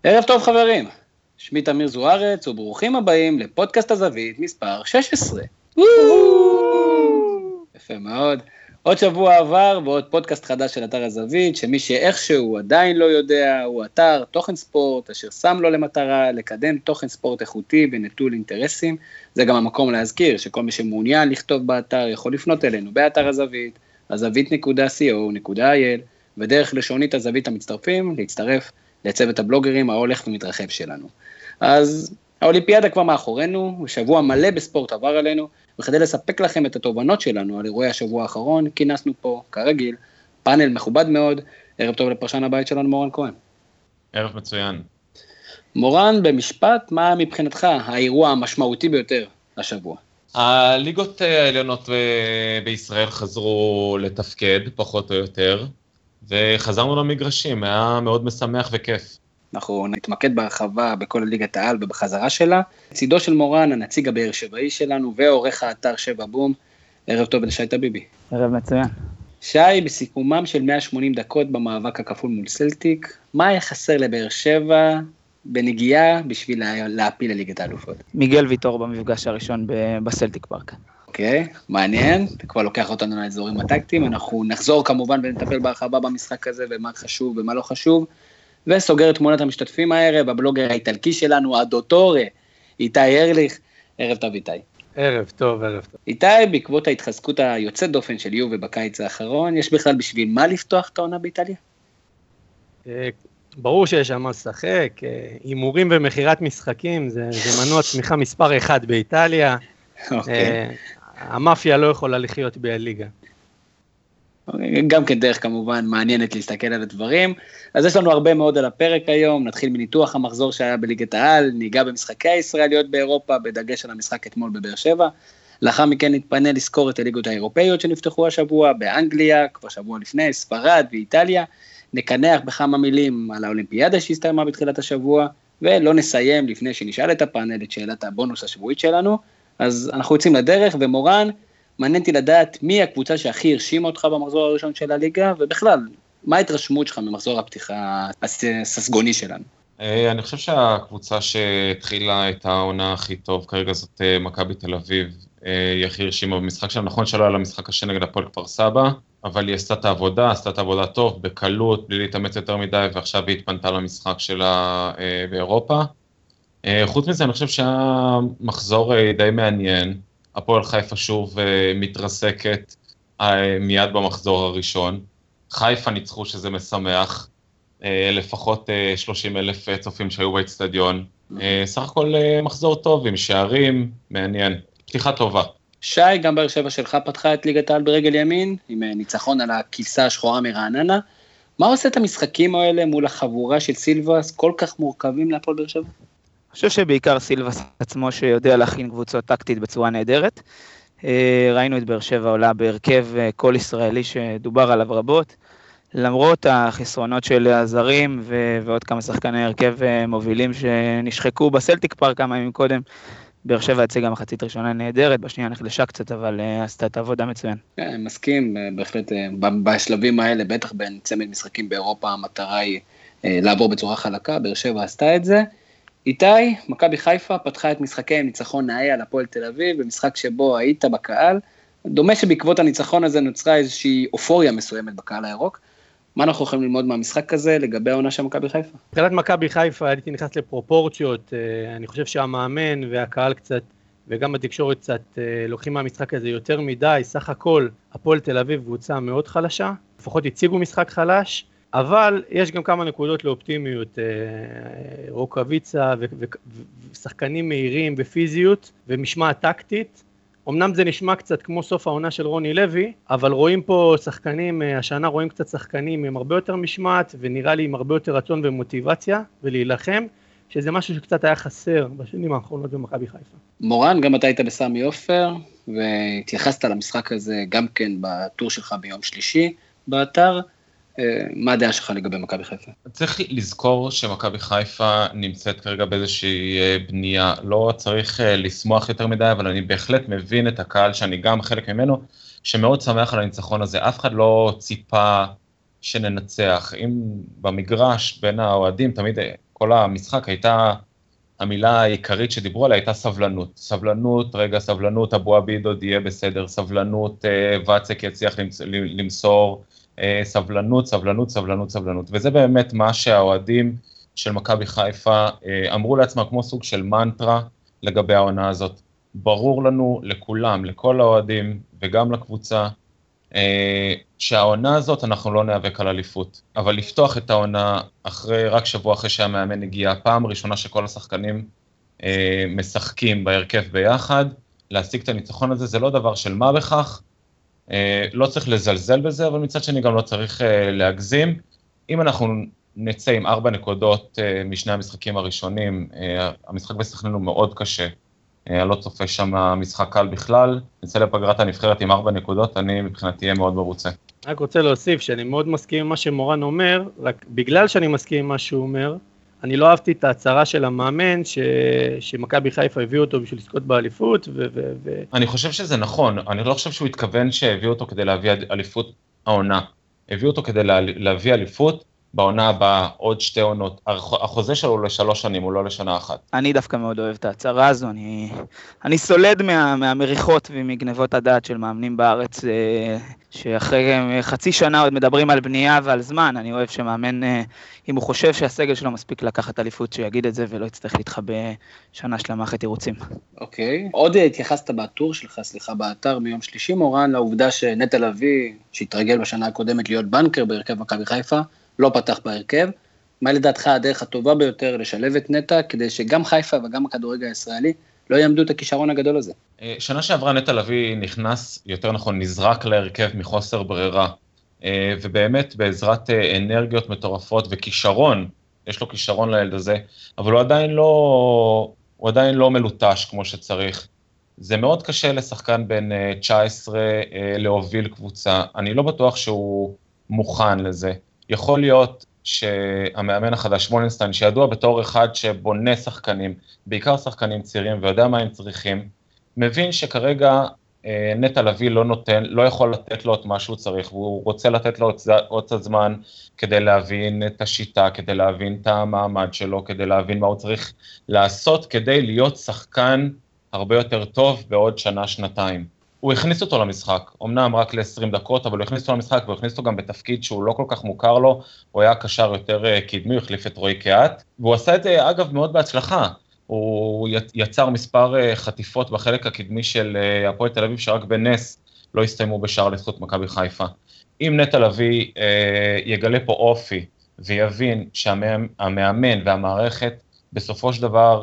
ערב טוב חברים, שמי תמיר זוארץ וברוכים הבאים לפודקאסט הזווית מספר 16. יפה מאוד. עוד שבוע עבר ועוד פודקאסט חדש של אתר הזווית, שמי שאיכשהו עדיין לא יודע, הוא אתר תוכן ספורט, אשר שם לו למטרה לקדם תוכן ספורט איכותי ונטול אינטרסים. זה גם המקום להזכיר שכל מי שמעוניין לכתוב באתר יכול לפנות אלינו באתר הזווית, הזווית.co.il, ודרך לשונית הזווית המצטרפים להצטרף לצוות הבלוגרים ההולך ומתרחב שלנו. אז האולימפיאדה כבר מאחורינו, ושבוע מלא בספורט עבר עלינו, וכדי לספק לכם את התובנות שלנו על אירועי השבוע האחרון, כינסנו פה, כרגיל, פאנל מכובד מאוד. ערב טוב לפרשן הבית שלנו, מורן כהן. ערב מצוין. מורן, במשפט, מה מבחינתך האירוע המשמעותי ביותר השבוע? הליגות העליונות בישראל חזרו לתפקד, פחות או יותר, וחזרנו למגרשים, היה מאוד משמח וכיף. אנחנו נתמקד בהרחבה בכל ליגת העל ובחזרה שלה. צידו של מורן, הנציג הבאר שבעי שלנו, ועורך האתר שבע בום. ערב טוב לשי טביבי. ערב מצוין. שי, בסיכומם של 180 דקות במאבק הכפול מול סלטיק, מה היה חסר לבאר שבע בנגיעה בשביל להפיל לליגת האלופות? מיגל ויטור במפגש הראשון בסלטיק פארק. אוקיי, מעניין, אתה כבר לוקח אותנו לאזורים הטקטיים, אנחנו נחזור כמובן ונטפל בהרחבה במשחק הזה, ומה חשוב ומה לא חשוב, וסוגר את תמונת המשתתפים הערב, הבלוגר האיטלקי שלנו, הדוטורה, איתי ארליך. ערב טוב איתי. ערב טוב, ערב טוב. איתי, בעקבות ההתחזקות היוצאת דופן של יובה בקיץ האחרון, יש בכלל בשביל מה לפתוח את העונה באיטליה? ברור שיש שם מה לשחק, הימורים ומכירת משחקים, זה מנוע צמיחה מספר 1 באיטליה. אוקיי. המאפיה לא יכולה לחיות בליגה. גם כדרך כמובן מעניינת להסתכל על הדברים. אז יש לנו הרבה מאוד על הפרק היום, נתחיל מניתוח המחזור שהיה בליגת העל, ניגע במשחקי הישראליות באירופה, בדגש על המשחק אתמול בבאר שבע, לאחר מכן נתפנה לזכור את הליגות האירופאיות שנפתחו השבוע, באנגליה, כבר שבוע לפני, ספרד ואיטליה, נקנח בכמה מילים על האולימפיאדה שהסתיימה בתחילת השבוע, ולא נסיים לפני שנשאל את הפאנל את שאלת הבונוס השבועית שלנו. אז אנחנו יוצאים לדרך, ומורן, מעניינתי לדעת מי הקבוצה שהכי הרשימה אותך במחזור הראשון של הליגה, ובכלל, מה ההתרשמות שלך ממחזור הפתיחה הססגוני שלנו? אני חושב שהקבוצה שהתחילה את העונה הכי טוב, כרגע זאת מכבי תל אביב, היא הכי הרשימה במשחק שלה, נכון שלא היה לה משחק קשה נגד הפועל כפר סבא, אבל היא עשתה את העבודה טוב, בקלות, בלי להתאמץ יותר מדי, ועכשיו היא התפנתה למשחק שלה באירופה. חוץ מזה, אני חושב שהמחזור די מעניין, הפועל חיפה שוב מתרסקת מיד במחזור הראשון, חיפה ניצחו שזה משמח, לפחות 30,000 צופים שהיו באצטדיון, סך הכל מחזור טוב עם שערים, מעניין, פתיחה טובה. שי, גם באר שבע שלך פתחה את ליגת העל ברגל ימין, עם ניצחון על הכיסה השחורה מרעננה. מה עושה את המשחקים האלה מול החבורה של סילבס כל כך מורכבים להפועל באר שבע? אני חושב שבעיקר סילבס עצמו שיודע להכין קבוצות טקטית בצורה נהדרת. ראינו את באר שבע עולה בהרכב כל ישראלי שדובר עליו רבות, למרות החסרונות של הזרים ועוד כמה שחקני הרכב מובילים שנשחקו בסלטיק פארק כמה ימים קודם. באר שבע הציגה מחצית ראשונה נהדרת, בשנייה נחלשה קצת, אבל עשתה את העבודה מצוין. כן, מסכים, בהחלט בשלבים האלה, בטח בין צמד משחקים באירופה, המטרה היא לעבור בצורה חלקה, באר שבע עשתה את זה. איתי, מכבי חיפה פתחה את משחקי ניצחון נאה על הפועל תל אביב, במשחק שבו היית בקהל, דומה שבעקבות הניצחון הזה נוצרה איזושהי אופוריה מסוימת בקהל הירוק. מה אנחנו יכולים ללמוד מהמשחק הזה לגבי העונה של מכבי חיפה? מבחינת מכבי חיפה הייתי נכנס לפרופורציות, אני חושב שהמאמן והקהל קצת, וגם התקשורת קצת לוקחים מהמשחק הזה יותר מדי, סך הכל הפועל תל אביב קבוצה מאוד חלשה, לפחות הציגו משחק חלש, אבל יש גם כמה נקודות לאופטימיות, רוקביצה ושחקנים מהירים בפיזיות ומשמעת טקטית. אמנם זה נשמע קצת כמו סוף העונה של רוני לוי, אבל רואים פה שחקנים, השנה רואים קצת שחקנים עם הרבה יותר משמעת, ונראה לי עם הרבה יותר רצון ומוטיבציה, ולהילחם, שזה משהו שקצת היה חסר בשנים האחרונות במכבי חיפה. מורן, גם אתה היית בסמי עופר, והתייחסת למשחק הזה גם כן בטור שלך ביום שלישי באתר. מה הדעה שלך לגבי מכבי חיפה? צריך לזכור שמכבי חיפה נמצאת כרגע באיזושהי בנייה, לא צריך לשמוח יותר מדי, אבל אני בהחלט מבין את הקהל שאני גם חלק ממנו, שמאוד שמח על הניצחון הזה, אף אחד לא ציפה שננצח, אם במגרש בין האוהדים תמיד כל המשחק הייתה, המילה העיקרית שדיברו עליה הייתה סבלנות. סבלנות, רגע, סבלנות, אבו עביד עוד יהיה בסדר, סבלנות, וצק יצליח למסור, סבלנות, סבלנות, סבלנות, סבלנות. וזה באמת מה שהאוהדים של מכבי חיפה אמרו לעצמם כמו סוג של מנטרה לגבי העונה הזאת. ברור לנו לכולם, לכל האוהדים וגם לקבוצה, שהעונה הזאת אנחנו לא נאבק על אליפות, אבל לפתוח את העונה רק שבוע אחרי שהמאמן הגיע, פעם ראשונה שכל השחקנים משחקים בהרכב ביחד, להשיג את הניצחון הזה, זה לא דבר של מה בכך, לא צריך לזלזל בזה, אבל מצד שני גם לא צריך להגזים. אם אנחנו נצא עם 4 נקודות משני המשחקים הראשונים, המשחק בסכנין הוא מאוד קשה, אני לא צופה שם משחק קל בכלל, נצא לפגרת הנבחרת עם 4 נקודות, אני מבחינתי אהיה מאוד מרוצה. רק רוצה להוסיף שאני מאוד מסכים עם מה שמורן אומר, רק בגלל שאני מסכים עם מה שהוא אומר, אני לא אהבתי את ההצהרה של המאמן, שמכבי חיפה הביא אותו בשביל לזכות באליפות, אני חושב שזה נכון, אני לא חושב שהוא התכוון שהביא אותו כדי להביא אליפות העונה, הביא אותו כדי להביא אליפות, בעונה הבאה עוד 2 עונות, החוזה שלו הוא ל3 שנים, הוא לא לשנה אחת. אני דווקא מאוד אוהב את ההצהרה הזו, אני סולד מהמריחות ומגנבות הדעת של מאמנים בארץ, שאחרי חצי שנה עוד מדברים על בנייה ועל זמן, אני אוהב שמאמן, אם הוא חושב שהסגל שלו מספיק לקחת אליפות, שיגיד את זה ולא יצטרך להתחבא שנה שלמה אחרי תירוצים. אוקיי, עוד התייחסת בטור שלך, באתר מיום שלישי מורן, לעובדה שנטע לביא, שהתרגל בשנה הקודמת להיות בנקר בהרכב מכבי חיפה, לא פתח בהרכב. מה לדעתך הדרך הטובה ביותר לשלב את נטע, כדי שגם חיפה וגם הכדורגל הישראלי לא יעמדו את הכישרון הגדול הזה? שנה שעברה נטע לביא נכנס, יותר נכון, נזרק להרכב מחוסר ברירה, ובאמת בעזרת אנרגיות מטורפות וכישרון, יש לו כישרון לילד הזה, אבל הוא עדיין לא מלוטש כמו שצריך. זה מאוד קשה לשחקן בין 19 להוביל קבוצה, אני לא בטוח שהוא מוכן לזה. יכול להיות שהמאמן החדש, מולנשטיין, שידוע בתור אחד שבונה שחקנים, בעיקר שחקנים צעירים, ויודע מה הם צריכים, מבין שכרגע נטע לביא לא יכול לתת לו את מה שהוא צריך, והוא רוצה לתת לו עוד קצת זמן כדי להבין את השיטה, כדי להבין את המעמד שלו, כדי להבין מה הוא צריך לעשות, כדי להיות שחקן הרבה יותר טוב בעוד שנה, שנתיים. הוא הכניס אותו למשחק, אמנם רק ל-20 דקות, אבל הוא הכניס אותו למשחק, והוא הכניס אותו גם בתפקיד שהוא לא כל כך מוכר לו, הוא היה קשר יותר קדמי, הוא החליף את רועי קהת, והוא עשה את זה אגב מאוד בהצלחה, הוא יצר מספר חטיפות בחלק הקדמי של הפועל תל אביב, שרק בנס לא הסתיימו בשער לזכות מכבי חיפה. אם נטע לביא יגלה פה אופי, ויבין שהמאמן והמערכת בסופו של דבר,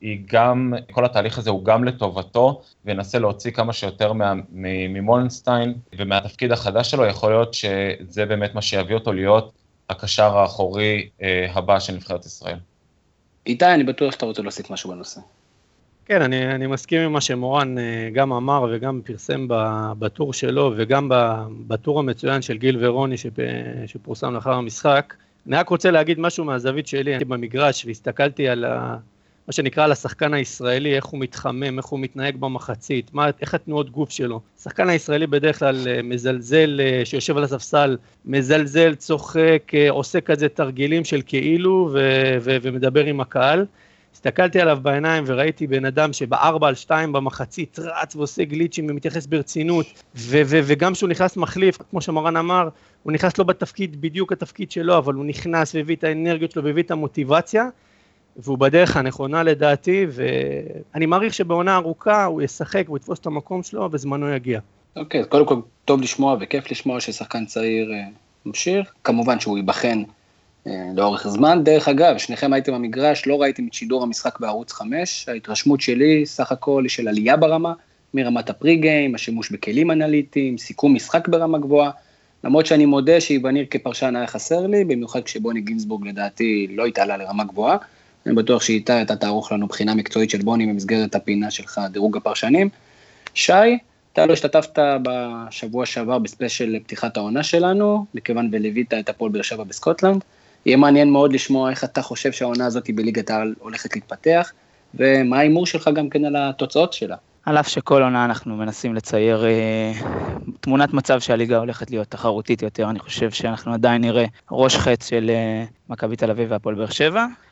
כל התהליך הזה הוא גם לטובתו, וינסה להוציא כמה שיותר ממולנשטיין, ומהתפקיד החדש שלו יכול להיות שזה באמת מה שיביא אותו להיות הקשר האחורי הבא של נבחרת ישראל. איתי, אני בטוח שאתה רוצה להוסיף משהו בנושא. כן, אני מסכים עם מה שמורן גם אמר וגם פרסם בטור שלו, וגם בטור המצוין של גיל ורוני שפורסם לאחר המשחק. אני רק רוצה להגיד משהו מהזווית שלי במגרש, והסתכלתי על מה שנקרא על השחקן הישראלי, איך הוא מתחמם, איך הוא מתנהג במחצית, איך התנועות גוף שלו. השחקן הישראלי בדרך כלל מזלזל, שיושב על הספסל, מזלזל, צוחק, עושה כזה תרגילים של כאילו, ומדבר עם הקהל. הסתכלתי עליו בעיניים וראיתי בן אדם שב4-2 במחצית רץ ועושה גליצ'ים ומתייחס ברצינות, וגם שהוא נכנס מחליף, כמו שמרן אמר, הוא נכנס לא בתפקיד, בדיוק התפקיד שלו, אבל הוא נכנס והביא את האנרגיות שלו והביא את המוטיבציה, והוא בדרך הנכונה לדעתי, ואני מעריך שבעונה ארוכה הוא ישחק והוא יתפוס את המקום שלו וזמנו יגיע. אוקיי, קודם כל טוב לשמוע וכיף לשמוע ששחקן צעיר ממשיך, כמובן שהוא ייבחן לאורך זמן. דרך אגב, שניכם הייתם במגרש, לא ראיתם את שידור המשחק בערוץ 5, ההתרשמות שלי סך הכל היא של עלייה ברמה, מרמת הפרי-גיים, השימוש בכלים אנליטיים, סיכום משחק ברמה גבוהה, למרות שאני מודה שיווניר כפרשן היה חסר לי, במיוחד כשבוני גינסבורג לדעתי לא התעלה לרמה גבוהה, אני בטוח שאיתה אתה תערוך לנו בחינה מקצועית של בוני במסגרת הפינה שלך, דירוג הפרשנים. שי, אתה לא השתתפת בשבוע שעבר בספיישל לפתיחת העונה שלנו, מכיוון ולווית את הפועל באר שבע בסקוטלנד. יהיה מעניין מאוד לשמוע איך אתה חושב שהעונה הזאת בליגת העל הולכת להתפתח, ומה האימור שלך גם כן על התוצאות שלה. על אף שכל עונה אנחנו מנסים לצייר תמונת מצב שהליגה הולכת להיות תחרותית יותר, אני חושב שאנחנו עדיין נראה ראש חץ של מכבי תל אביב והפועל באר שבע.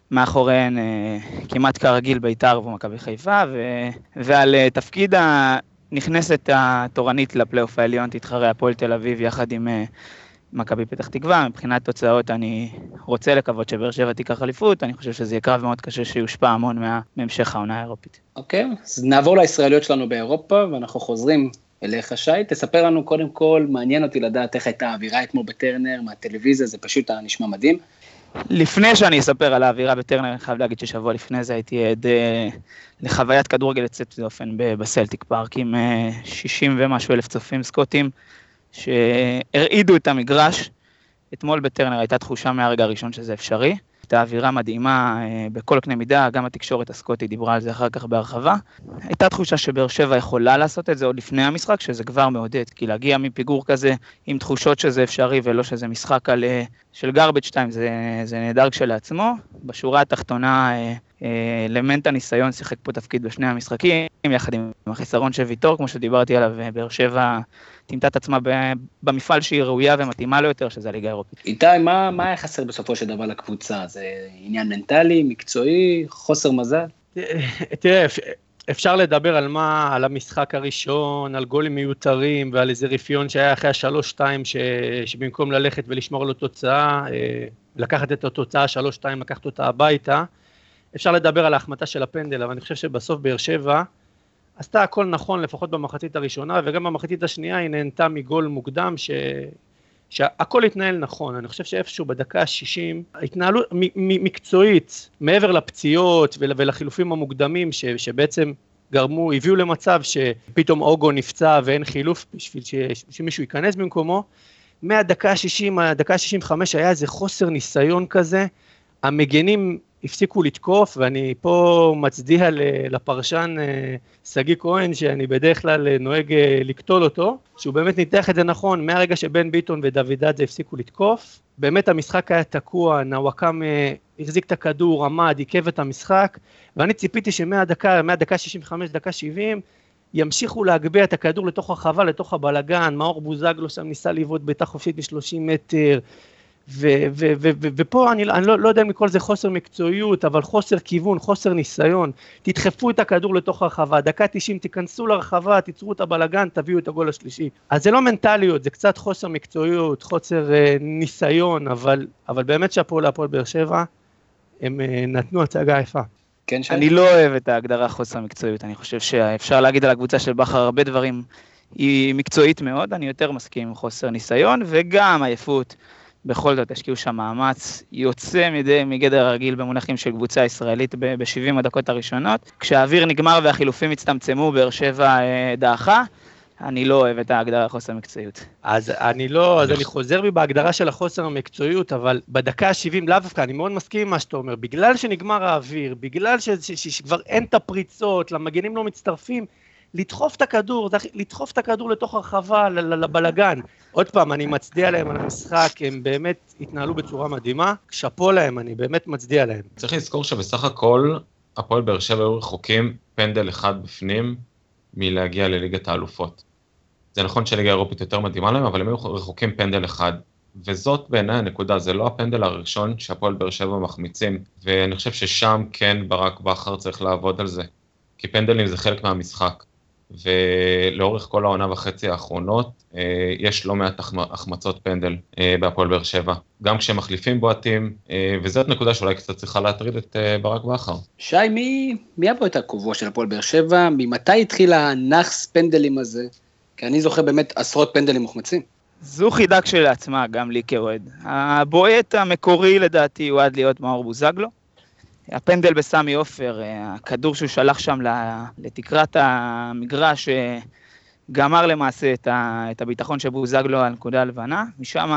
מאחוריהן כמעט כרגיל בית"ר ומכבי חיפה, ועל תפקיד הנכנסת התורנית לפלייאוף העליון תתחרה הפועל תל אביב יחד עם מכבי פתח תקווה. מבחינת תוצאות אני רוצה לקוות שבאר שבע תיקח אליפות, אני חושב שזה יהיה קרב מאוד קשה שיושפע המון מהמשך העונה האירופית. אוקיי, אז נעבור לישראליות שלנו באירופה, ואנחנו חוזרים אליך שי, תספר לנו קודם כל, מעניין אותי לדעת איך הייתה האווירה אתמול בטרנר, מהטלוויזיה, זה פשוט נשמע מדהים. לפני שאני אספר על האווירה בטרנר, אני חייב להגיד ששבוע לפני זה הייתי עד לחוויית כדורגל יוצאת דופן בסלטיק פארק, עם 60 ומשהו אלף צופים סקוטים, שהרעידו את המגרש. אתמול בטרנר הייתה תחושה מהרגע הראשון שזה אפשרי. הייתה אווירה מדהימה בכל קנה מידה, גם התקשורת הסקוטית דיברה על זה אחר כך בהרחבה. הייתה תחושה שבאר שבע יכולה לעשות את זה עוד לפני המשחק, שזה כבר מעודד, כי להגיע מפיגור כזה עם תחושות שזה אפשרי ולא שזה משחק של garbage time, זה נהדר כשלעצמו. בשורה התחתונה, אלמנט הניסיון שיחק פה תפקיד בשני המשחקים, יחד עם החיסרון של ויטור, כמו שדיברתי עליו, באר שבע תמצא את עצמה במפעל שהיא ראויה ומתאימה לו יותר, שזה הליגה האירופית. איתי, מה היה חסר בסופו של דבר לקבוצה? זה עניין מנטלי, מקצועי, חוסר מזל? תראה, אפשר לדבר על המשחק הראשון, על גולים מיותרים, ועל איזה רפיון שהיה אחרי ה-3-2, שבמקום ללכת ולשמור על התוצאה, לקחת את התוצאה 3-2, לקחת אותה הביתה. אפשר לדבר על ההחמטה של הפנדל, אבל אני חושב שבסוף באר שבע עשתה הכל נכון, לפחות במחצית הראשונה, וגם במחצית השנייה היא נהנתה מגול מוקדם, שהכל התנהל נכון. אני חושב שאיפשהו בדקה ה-60, התנהלות מקצועית, מעבר לפציעות ולחילופים המוקדמים, שבעצם הביאו למצב שפתאום אוגו נפצע ואין חילוף בשביל שמישהו ייכנס במקומו, מהדקה ה-60, הדקה ה-65 היה איזה חוסר ניסיון כזה, המגנים הפסיקו לתקוף, ואני פה מצדיע לפרשן סגי כהן, שאני בדרך כלל נוהג לקטול אותו, שהוא באמת ניתח את זה נכון, מהרגע שבן ביטון ודוידד זה הפסיקו לתקוף, באמת המשחק היה תקוע, נוואקם החזיק את הכדור, עמד, עיכב את המשחק, ואני ציפיתי מהדקה 65, דקה 70, ימשיכו להגביה את הכדור לתוך הרחבה, לתוך הבלגן, מאור בוזגלו שם ניסה לבעוט בעיטה חופשית ב-30 מטר, ופה אני לא יודע אם לקרוא לזה חוסר מקצועיות, אבל חוסר כיוון, חוסר ניסיון, תדחפו את הכדור לתוך הרחבה, דקה 90 תיכנסו לרחבה, תיצרו את הבלגן, תביאו את הגול השלישי. אז זה לא מנטליות, זה קצת חוסר מקצועיות, חוסר ניסיון, אבל באמת שהפועל באר שבע, הם נתנו הצגה יפה. כן, אני לא אוהב את ההגדרה חוסר מקצועיות, אני חושב שאפשר להגיד על הקבוצה של בכר הרבה דברים, היא מקצועית מאוד, אני יותר מסכים עם חוסר ניסיון, וגם עייפות. בכל זאת, השקיעו שם מאמץ, יוצא מגדר הרגיל במונחים של קבוצה ישראלית ב-70 הדקות הראשונות. כשהאוויר נגמר והחילופים הצטמצמו, באר שבע דעכה, אני לא אוהב את ההגדרה חוסר מקצועיות. אז אני חוזר בי בהגדרה של החוסר המקצועיות, אבל בדקה ה-70 לאו דווקא, אני מאוד מסכים עם מה שאתה אומר, בגלל שנגמר האוויר, בגלל שכבר אין את הפריצות, למגנים לא מצטרפים, לדחוף את הכדור לתוך הרחבה, לבלגן. עוד פעם, אני מצדיע להם על המשחק, הם באמת התנהלו בצורה מדהימה, שפו להם, אני באמת מצדיע להם. צריך לזכור שבסך הכל, הפועל באר שבע היו רחוקים פנדל אחד בפנים, מלהגיע לליגת האלופות. זה נכון שהליגה האירופית יותר מדהימה להם, אבל הם היו רחוקים פנדל אחד. וזאת בעיניי הנקודה, זה לא הפנדל הראשון שהפועל באר שבע מחמיצים, ואני חושב ששם כן ברק בכר צריך לעבוד על זה, כי פנדלים זה חלק מהמשחק. ולאורך כל העונה וחצי האחרונות, יש לא מעט החמצות פנדל בהפועל באר שבע, גם כשהם מחליפים בועטים, וזאת נקודה שאולי קצת צריכה להטריד את ברק בכר. שי, מי היה פה את הקובוע של הפועל באר שבע? ממתי התחיל הנחס פנדלים הזה? כי אני זוכר באמת עשרות פנדלים מוחמצים. זו חידה כשלעצמה, גם לי כאוהד. הבועט המקורי לדעתי הוא עד להיות מאור בוזגלו. הפנדל בסמי עופר, הכדור שהוא שלח שם לתקרת המגרש, גמר למעשה את הביטחון שבוזגלו על נקודה הלבנה. משם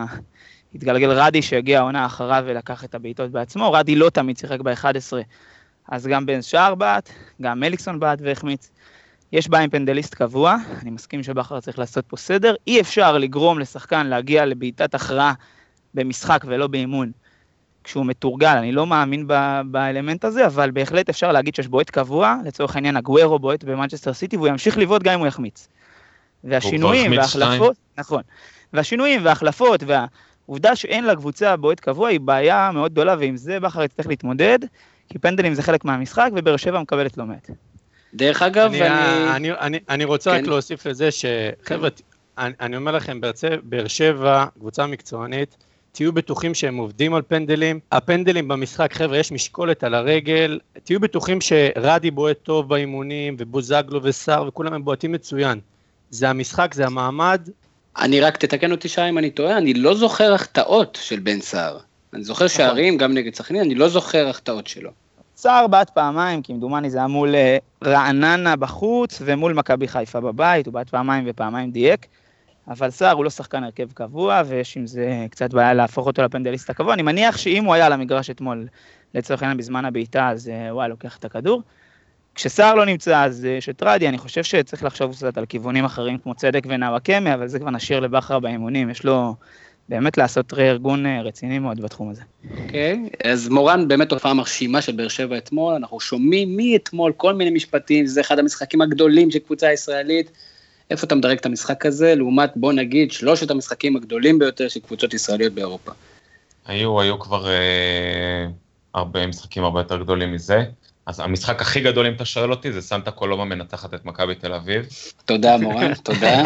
התגלגל רדי שהגיע העונה אחריו ולקח את הבעיטות בעצמו. רדי לא תמיד שיחק ב-11, אז גם בן שער בעט, גם מליקסון בעט והחמיץ. יש בה עם פנדליסט קבוע, אני מסכים שבכר צריך לעשות פה סדר. אי אפשר לגרום לשחקן להגיע לבעיטת הכרעה במשחק ולא באימון. כשהוא מתורגל, אני לא מאמין באלמנט הזה, אבל בהחלט אפשר להגיד שיש בועט קבוע, לצורך העניין הגוארו בועט במנצ'סטר סיטי, והוא ימשיך לבעוט גם אם הוא יחמיץ. והשינויים וההחלפות, נכון, והשינויים וההחלפות עובדה שאין לקבוצה בועט קבוע, היא בעיה מאוד גדולה, ועם זה בכר יצטרך להתמודד, כי פנדלים זה חלק מהמשחק, ובאר שבע מקבלת לא מעט. דרך אגב, אני רוצה רק להוסיף לזה שחבר'ה, אני אומר לכם, באר שבע, קבוצה מקצוענית, תהיו בטוחים שהם עובדים על פנדלים, הפנדלים במשחק, חבר'ה, יש משקולת על הרגל, תהיו בטוחים שרדי בועט טוב באימונים, ובוזגלו ושר, וכולם הם בועטים מצוין. זה המשחק, זה המעמד. אני רק תתקן אותי שעה אם אני טועה, אני לא זוכר החטאות של בן סער. אני זוכר שערים, גם נגד סכנין, אני לא זוכר החטאות שלו. סער בעט פעמיים, כי מדומני זה היה מול רעננה בחוץ, ומול מכבי חיפה בבית, הוא בעט פעמיים ופעמיים דייק, אבל סער הוא לא שחקן הרכב קבוע, ויש עם זה קצת בעיה להפוך אותו לפנדליסט הקבוע. אני מניח שאם הוא היה על המגרש אתמול, לצורך העניין בזמן הבעיטה, אז הוא היה לוקח את הכדור. כשסער לא נמצא, אז שטרדי, אני חושב שצריך לחשוב קצת על כיוונים אחרים, כמו צדק ונאווקמי, אבל זה כבר נשאיר לבכר באימונים, יש לו באמת לעשות ארגון רציני מאוד בתחום הזה. אוקיי, אז מורן באמת תופעה מרשימה של באר שבע אתמול, אנחנו שומעים מאתמול כל מיני משפטים, זה אחד המשחקים הגדולים של קבוצה ישראלית, איפה אתה מדרג את המשחק הזה, לעומת בוא נגיד 3 המשחקים הגדולים ביותר של קבוצות ישראליות באירופה? היו כבר הרבה משחקים הרבה יותר גדולים מזה, אז המשחק הכי גדול, אם אתה שואל אותי, זה סנטה קולומה מנצחת את מכבי תל אביב. תודה מורן, תודה.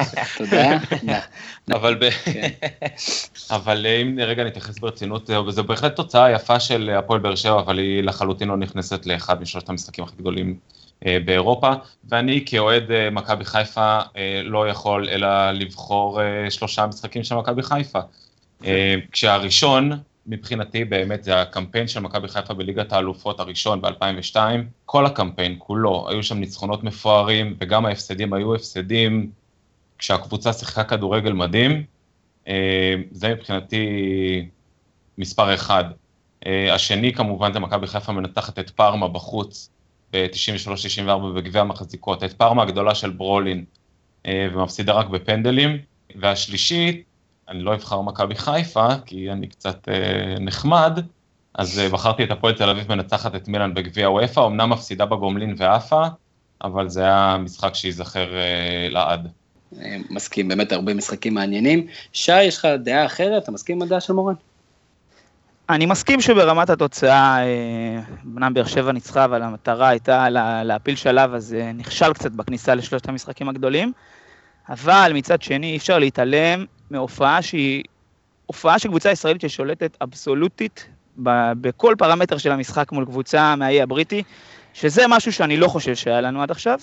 אבל אם רגע נתייחס ברצינות, זה בהחלט תוצאה יפה של הפועל באר שבע, אבל היא לחלוטין לא נכנסת לאחד משלושת המשחקים הכי גדולים באירופה, ואני כאוהד מכבי חיפה לא יכול אלא לבחור 3 משחקים של מכבי חיפה. כשהראשון, מבחינתי באמת זה הקמפיין של מכבי חיפה בליגת האלופות הראשון ב-2002, כל הקמפיין כולו, היו שם ניצחונות מפוארים, וגם ההפסדים היו הפסדים כשהקבוצה שיחקה כדורגל מדהים, זה מבחינתי מספר 1. השני כמובן זה מכבי חיפה מנתחת את פארמה בחוץ, ב-93-94 בגביע המחזיקות, את פארמה הגדולה של ברולין, ומפסידה רק בפנדלים, והשלישית, אני לא אבחר מכבי חיפה, כי אני קצת נחמד, אז בחרתי את הפועל תל אביב מנצחת את מילאן בגביע וופא, אמנם מפסידה בגומלין ואפה, אבל זה היה משחק שיזכר לעד. מסכים, באמת הרבה משחקים מעניינים. שי, יש לך דעה אחרת? אתה מסכים עם הדעה של מורן? אני מסכים שברמת התוצאה, בנם באר שבע ניצחה, אבל המטרה הייתה להפיל שלב, אז נכשל קצת בכניסה לשלושת המשחקים הגדולים, אבל מצד שני אי אפשר להתעלם מהופעה שהיא הופעה של קבוצה ישראלית ששולטת אבסולוטית בכל פרמטר של המשחק מול קבוצה מהאי הבריטי, שזה משהו שאני לא חושב שהיה לנו עד עכשיו.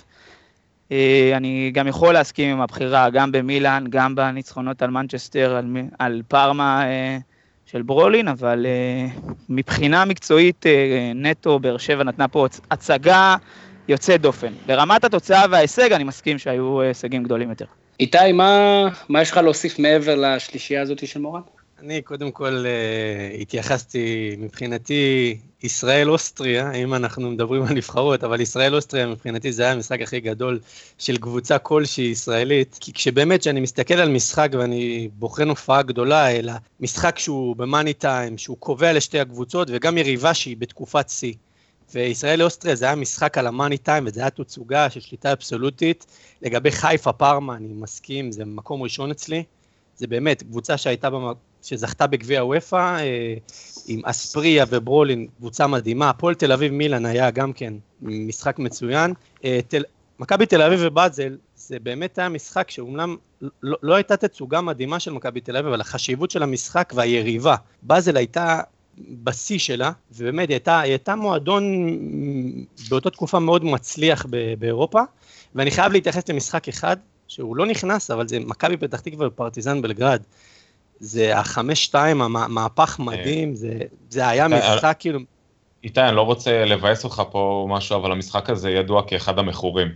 אני גם יכול להסכים עם הבחירה, גם במילאן, גם בניצחונות על מנצ'סטר, על פארמה של ברולין, אבל מבחינה מקצועית נטו, באר שבע נתנה פה הצגה יוצאת דופן. ברמת התוצאה וההישג, אני מסכים שהיו הישגים גדולים יותר. איתי, מה יש לך להוסיף מעבר לשלישייה הזאת של מורן? אני קודם כל התייחסתי מבחינתי ישראל-אוסטריה, אם אנחנו מדברים על נבחרות, אבל ישראל-אוסטריה מבחינתי זה היה המשחק הכי גדול של קבוצה כלשהי ישראלית, כי כשבאמת שאני מסתכל על משחק ואני בוחן הופעה גדולה, אלא משחק שהוא במאני טיים, שהוא קובע לשתי הקבוצות וגם יריבה שהיא בתקופת שיא. וישראל-אוסטריה זה היה משחק על המאני טיים, וזה היה תוצוגה של שליטה אבסולוטית. לגבי חיפה פארמה, אני מסכים, זה מקום ראשון אצלי. זה באמת קבוצה שזכתה בגביע וופא, עם אספריה וברולין, קבוצה מדהימה. הפועל תל אביב מילאן היה גם כן משחק מצוין. מכבי תל אביב ובאזל, זה באמת היה משחק שאומנם לא הייתה תצוגה מדהימה של מכבי תל אביב, אבל החשיבות של המשחק והיריבה. באזל הייתה בשיא שלה, ובאמת היא הייתה מועדון באותה תקופה מאוד מצליח באירופה, ואני חייב להתייחס למשחק אחד, שהוא לא נכנס, אבל זה מכבי פתח תקווה ופרטיזן בלגרד, זה 5-2, המהפך מדהים, זה היה משחק כאילו... איתי, אני לא רוצה לבאס אותך פה משהו, אבל המשחק הזה ידוע כאחד המכורים.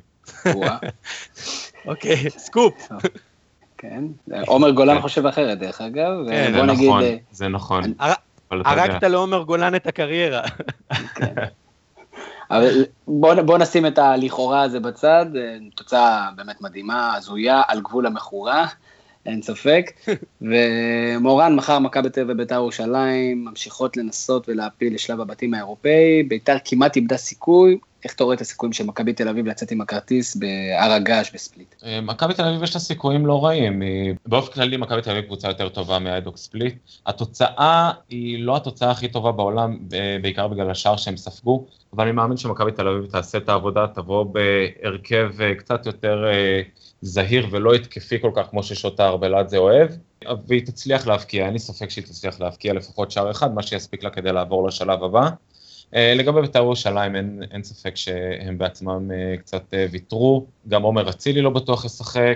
אוקיי, סקופ. כן, עומר גולן חושב אחרת דרך אגב, זה נכון. הרגת לעומר גולן את הקריירה. אבל בוא נשים את הלכאורה הזה בצד, תוצאה באמת מדהימה, הזויה, על גבול המכורה, אין ספק, ומורן מחר מכבי תל אביב ובית"ר ירושלים, ממשיכות לנסות ולהפיל לשלב הבתים האירופאי, בית"ר כמעט איבדה סיכוי, איך אתה רואה את הסיכויים של מכבי תל אביב לצאת עם הכרטיס בהר הגעש בספליט? מכבי תל אביב יש לה סיכויים לא רעים, באופן כללי מכבי תל אביב קבוצה יותר טובה מהאיידוק ספליט, התוצאה היא לא התוצאה הכי טובה בעולם, בעיקר בגלל השאר שהם ספגו, אבל אני מאמין שמכבי תל אביב תעשה את העבודה, תבוא בהרכב קצת יותר זהיר ולא התקפי כל כך כמו ששוטה ארבלת זה אוהב, והיא תצליח להבקיע, אין לי ספק שהיא תצליח להבקיע לפחות שער אחד, מה שיספיק לה כדי לעבור לשלב הבא. לגבי בית"ר ירושלים אין ספק שהם בעצמם קצת ויתרו, גם עומר אצילי לא בטוח ישחק,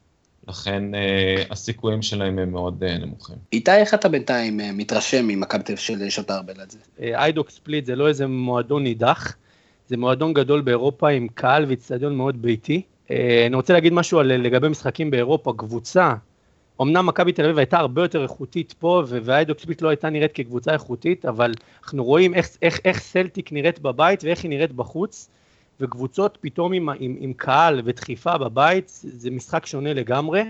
לכן הסיכויים שלהם הם מאוד נמוכים. איתי, איך אתה בינתיים מתרשם ממכבי תל אביב של שוטה ארבלת זה? איידוק ספליט זה לא איזה מועדון נידח, זה מועדון גדול באירופה עם קהל ואצטדיון מאוד ביתי. אני רוצה להגיד משהו לגבי משחקים באירופה, קבוצה, אמנם מכבי תל אביב הייתה הרבה יותר איכותית פה, והאיידוק ספליט לא הייתה נראית כקבוצה איכותית, אבל אנחנו רואים איך סלטיק נראית בבית ואיך היא נראית בחוץ, וקבוצות פתאום עם קהל ודחיפה בבית, זה משחק שונה לגמרי,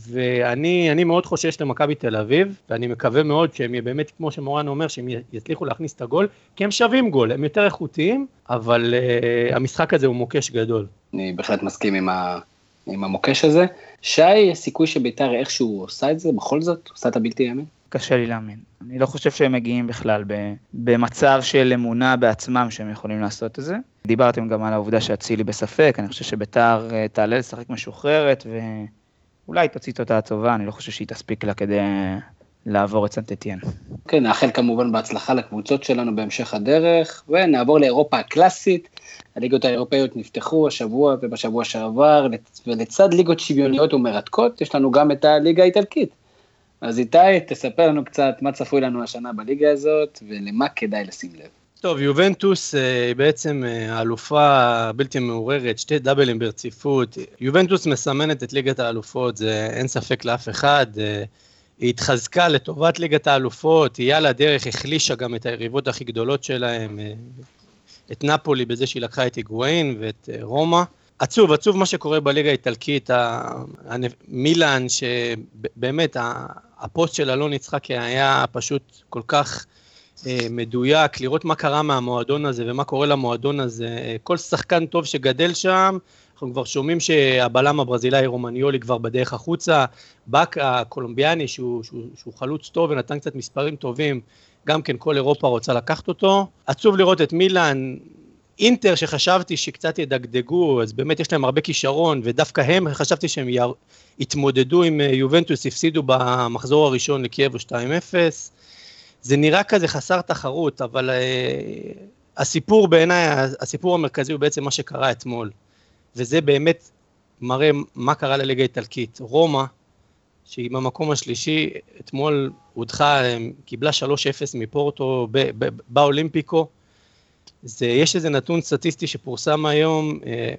ואני מאוד חושש למכבי תל אביב, ואני מקווה מאוד שהם באמת, כמו שמורן אומר, שהם יצליחו להכניס את הגול, כי הם שווים גול, הם יותר איכותיים, אבל המשחק הזה הוא מוקש גדול. אני בהחלט מסכים עם המוקש הזה. שי, יש סיכוי שביתר איכשהו עושה את זה, בכל זאת, עושה את הבלתי יאמן? קשה לי להאמין. אני לא חושב שהם מגיעים בכלל במצב של אמונה בעצמם שהם יכולים לעשות את זה. דיברתם גם על העובדה שאצילי בספק, אני חושב שביתר תעלה לשחק משוחררת, ואולי תוציא אותה הטובה, אני לא חושב שהיא תספיק לה כדי לעבור את סנט אתיין. כן, נאחל כמובן בהצלחה לקבוצות שלנו בהמשך הדרך, ונעבור לאירופה הקלאסית. הליגות האירופאיות נפתחו השבוע ובשבוע שעבר, ולצד ליגות שוויוניות ומרתקות, יש לנו גם את הליגה האיטלקית. אז איתי, תספר לנו קצת מה צפוי לנו השנה בליגה הזאת, ולמה כדאי לשים לב. טוב, יובנטוס היא בעצם האלופה בלתי מעוררת, 2 דאבלים ברציפות. יובנטוס מסמנת את ליגת האלופות, זה אין ספק לאף אחד. היא התחזקה לטובת ליגת האלופות, היא על הדרך החלישה גם את היריבות הכי גדולות שלהם, את נפולי בזה שהיא לקחה את היגואין ואת רומא. עצוב מה שקורה בליגה האיטלקית, מילאן שבאמת הפוסט של אלון יצחקי היה פשוט כל כך מדויק, לראות מה קרה מהמועדון הזה ומה קורה למועדון הזה, כל שחקן טוב שגדל שם, אנחנו כבר שומעים שהבלם הברזילאי רומניולי כבר בדרך החוצה, בק הקולומביאני שהוא חלוץ טוב ונתן קצת מספרים טובים, גם כן כל אירופה רוצה לקחת אותו. עצוב לראות את מילאן, אינטר שחשבתי שקצת ידגדגו, אז באמת יש להם הרבה כישרון, ודווקא הם חשבתי שהם יתמודדו עם יובנטוס, הפסידו במחזור הראשון לקייב 2-0, זה נראה כזה חסר תחרות, אבל הסיפור בעיניי, הסיפור המרכזי הוא בעצם מה שקרה אתמול, וזה באמת מראה מה קרה לליגה האיטלקית. רומא, שהיא במקום השלישי, אתמול הודחה, קיבלה 3-0 מפורטו באולימפיקו. יש איזה נתון סטטיסטי שפורסם היום,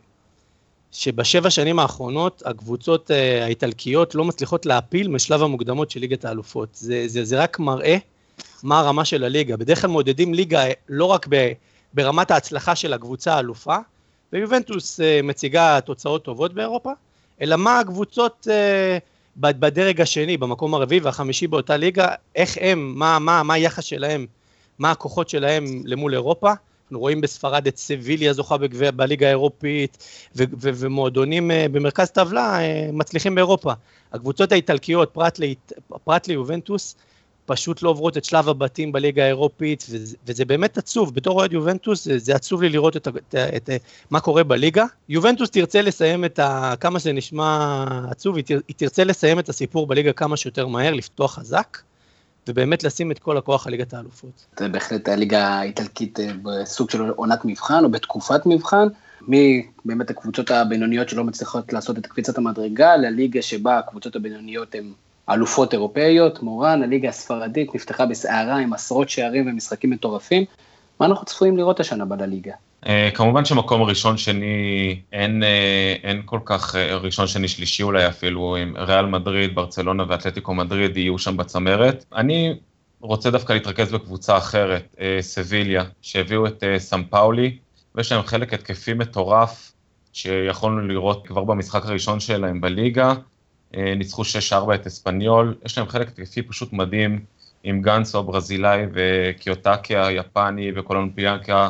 שבשבע שנים האחרונות הקבוצות האיטלקיות לא מצליחות להפיל משלב המוקדמות של ליגת האלופות. זה רק מראה מה הרמה של הליגה. בדרך כלל מודדים ליגה לא רק ברמת ההצלחה של הקבוצה האלופה, ויובנטוס מציגה תוצאות טובות באירופה, אלא מה הקבוצות בדרג השני, במקום הרביעי והחמישי באותה ליגה, איך הם, מה היחס שלהם, מה הכוחות שלהם למול אירופה. אנחנו רואים בספרד את סביליה זוכה בליגה האירופית, ומועדונים במרכז טבלה מצליחים באירופה. הקבוצות האיטלקיות, פרט ליובנטוס, פשוט לא עוברות את שלב הבתים בליגה האירופית, וזה באמת עצוב. בתור אוהד יובנטוס, זה עצוב לי לראות את מה קורה בליגה. יובנטוס תרצה לסיים כמה שזה נשמע עצוב, היא תרצה לסיים את הסיפור בליגה כמה שיותר מהר, לפתוח חזק, ובאמת לשים את כל הכוח על ליגת האלופות. זה בהחלט הליגה האיטלקית בסוג של עונת מבחן, או בתקופת מבחן, מבאמת הקבוצות הבינוניות שלא מצליחות לעשות את קפיצת המדרגה, לליגה שבה הקבוצות הבינוניות הן אלופות אירופאיות. מורן, הליגה הספרדית נפתחה בסערה עם עשרות שערים ומשחקים מטורפים. מה אנחנו צפויים לראות השנה בליגה? כמובן שמקום ראשון שני, אין כל כך ראשון שני שלישי אולי אפילו, עם ריאל מדריד, ברצלונה ואתלטיקו מדריד יהיו שם בצמרת. אני רוצה דווקא להתרכז בקבוצה אחרת, סביליה, שהביאו את סן פאולי, ויש להם חלק התקפי מטורף, שיכולנו לראות כבר במשחק הראשון שלהם בליגה, ניצחו 6-4 את אספניול, יש להם חלק התקפי פשוט מדהים, עם גנסו הברזילאי וקיוטקי היפני וקולומביאקה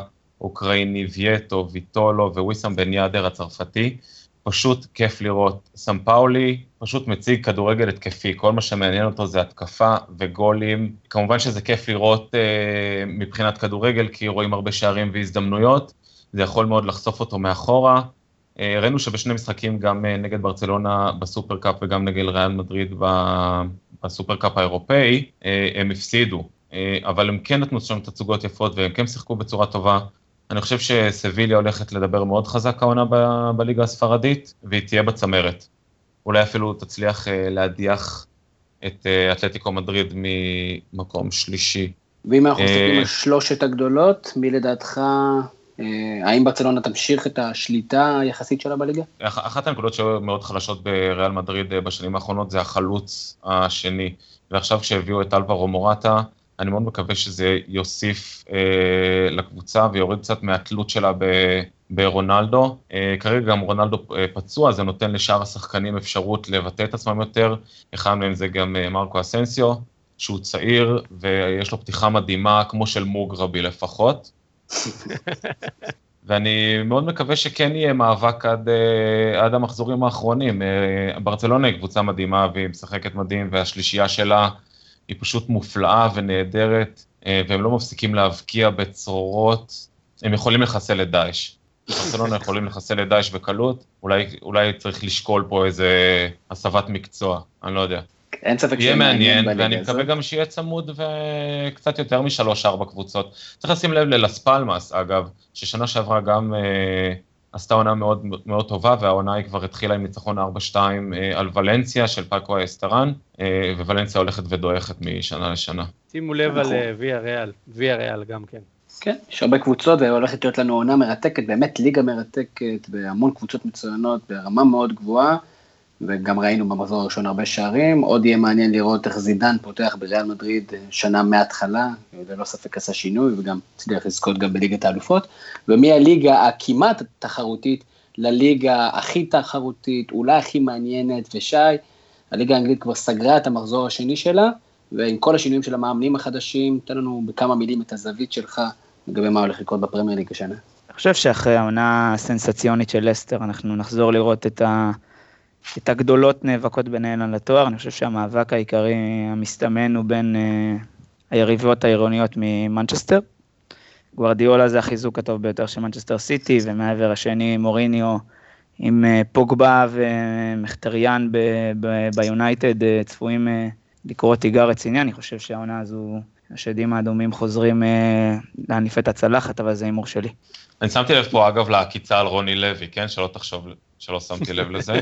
האוקראיני וייטו, ויטולו וויסם בן יאדר הצרפתי, פשוט כיף לראות. סמפאולי פשוט מציג כדורגל התקפי, כל מה שמעניין אותו זה התקפה וגולים, כמובן שזה כיף לראות מבחינת כדורגל, כי רואים הרבה שערים והזדמנויות, זה יכול מאוד לחשוף אותו מאחורה, ראינו שבשני משחקים גם נגד ברצלונה בסופרקאפ וגם נגד ריאל מדריד בסופרקאפ האירופאי, הם הפסידו, אבל הם כן נתנו שם תצוגות יפות והם כן שיחקו בצורה טובה, אני חושב שסביליה הולכת לדבר מאוד חזק העונה בליגה הספרדית, והיא תהיה בצמרת. אולי אפילו תצליח להדיח את אתלטיקו מדריד ממקום שלישי. ואם אנחנו מסתכלים על שלושת הגדולות, מי לדעתך, האם ברצלונה תמשיך את השליטה היחסית שלה בליגה? אחת הנקודות שהיו מאוד חלשות בריאל מדריד בשנים האחרונות, זה החלוץ השני. ועכשיו כשהביאו את אלברו מורטה, אני מאוד מקווה שזה יוסיף לקבוצה ויוריד קצת מהתלות שלה ברונלדו. כרגע גם רונלדו פצוע, זה נותן לשאר השחקנים אפשרות לבטא את עצמם יותר. אחד מהם זה גם מרקו אסנסיו, שהוא צעיר ויש לו פתיחה מדהימה כמו של מוגרבי לפחות. ואני מאוד מקווה שכן יהיה מאבק עד המחזורים האחרונים. ברצלונה היא קבוצה מדהימה והיא משחקת מדהים, והשלישייה שלה היא פשוט מופלאה ונהדרת, והם לא מפסיקים להבקיע בצרורות, הם יכולים לחסל את דאעש. ברצלונה יכולים לחסל את דאעש בקלות, אולי צריך לשקול פה איזה הסבת מקצוע, אני לא יודע. אין ספק יהיה מעניין, ואני מקווה גם שיהיה צמוד וקצת יותר מ3-4 קבוצות. צריך לשים לב ללס פלמאס, אגב, ששנה שעברה גם עשתה עונה מאוד, מאוד טובה, והעונה היא כבר התחילה עם ניצחון 4-2 על ולנסיה של פאקו האסטרן, וולנסיה הולכת ודועכת משנה לשנה. שימו לב על ויה ריאל גם כן. כן, יש הרבה קבוצות, והולכת להיות לנו עונה מרתקת, באמת ליגה מרתקת, בהמון קבוצות מצוינות, ברמה מאוד גבוהה, וגם ראינו במחזור הראשון הרבה שערים, עוד יהיה מעניין לראות איך זידן פותח בריאל מדריד שנה מההתחלה, ולא ספק עשה שינוי, וגם הצליח לזכות גם בליגת האלופות, ומהליגה הכמעט תחרותית, לליגה הכי תחרותית, אולי הכי מעניינת, ושי, הליגה האנגלית כבר סגרה את המחזור השני שלה, ועם כל השינויים של המאמנים החדשים, תן לנו בכמה מילים את הזווית שלך, לגבי מה הולך לקרות בפרמייר ליג השנה. אני חושב שאחרי העונה הסנסציונית של לסטר, אנחנו נחזור לראות את הגדולות נאבקות ביניהן על התואר. אני חושב שהמאבק העיקרי המסתמן הוא בין היריבות העירוניות ממנצ'סטר. גוארדיולה זה החיזוק הטוב ביותר של מנצ'סטר סיטי, ומעבר השני מוריניו עם פוגבה ומחטריאן ביונייטד צפויים לקרוא תיגר רציני. אני חושב שהעונה הזו, השדים האדומים חוזרים להניף את הצלחת, אבל זה הימור שלי. אני שמתי לב פה אגב להקיצה על רוני לוי, כן? שלא תחשוב שלא שמתי לב לזה.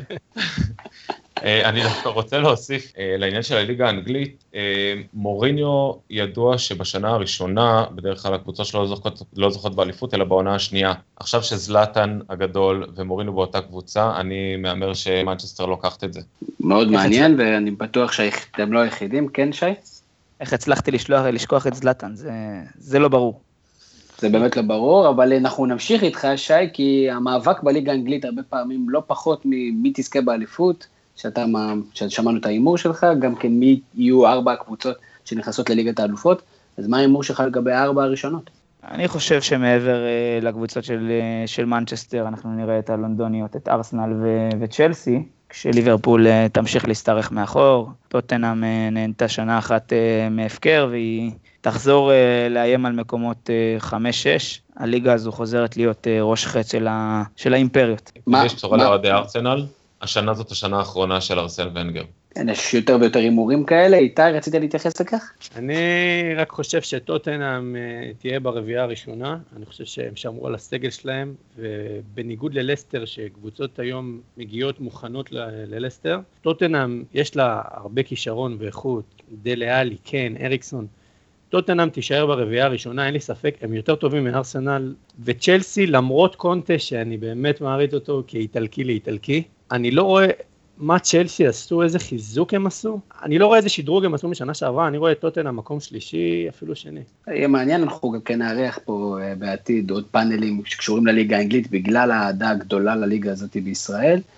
אני רוצה להוסיף לעניין של הליגה האנגלית, מוריניו ידוע שבשנה הראשונה, בדרך כלל הקבוצות שלו לא זוכות באליפות, אלא בעונה השנייה. עכשיו שזלאטן הגדול ומוריניו באותה קבוצה, אני מאמר שמנצ'סטר לוקחת את זה. מאוד מעניין, ואני בטוח שאתם לא היחידים, כן שי? איך הצלחתי לשכוח את זלאטן, זה לא ברור. זה באמת לא ברור, אבל אנחנו נמשיך איתך, שי, כי המאבק בליגה האנגלית הרבה פעמים לא פחות ממי תזכה באליפות, ששמענו את האימור שלך, גם כן מי יהיו 4 הקבוצות שנכנסות לליגת האלופות, אז מה האימור שלך לגבי 4 הראשונות? אני חושב שמעבר לקבוצות של מנצ'סטר, אנחנו נראה את הלונדוניות, את ארסנל וצ'לסי, כשליברפול תמשיך להסתרך מאחור, טוטנהאם נהנתה שנה אחת מהפקר, והיא תחזור לאיים על מקומות 5-6, הליגה הזו חוזרת להיות ראש חץ של האימפריות. יש צורה לאוהדי ארסנל? השנה זאת השנה האחרונה של ארסן ונגר. כן, יש יותר ויותר הימורים כאלה. איתי, רצית להתייחס לכך? אני רק חושב שטוטנהאם תהיה ברביעייה הראשונה, אני חושב שהם שמרו על הסגל שלהם, ובניגוד ללסטר, שקבוצות היום מגיעות מוכנות ללסטר, טוטנהאם יש לה הרבה כישרון ואיכות, דלה-אלי, קן, אריקסון, טוטנהאם תישאר ברביעייה הראשונה, אין לי ספק, הם יותר טובים מארסנל, וצ'לסי למרות קונטה, שאני באמת מעריץ אותו כאיטלקי לאיטלקי, אני לא רואה מה צ'לסי עשו, איזה חיזוק הם עשו, אני לא רואה איזה שדרוג הם עשו משנה שעברה, אני רואה את טוטנהאם מקום שלישי, אפילו שני. יהיה מעניין, אנחנו גם כן נערך פה בעתיד עוד פאנלים שקשורים לליגה האנגלית, בגלל העדה הגדולה לליגה הזאת בישראל,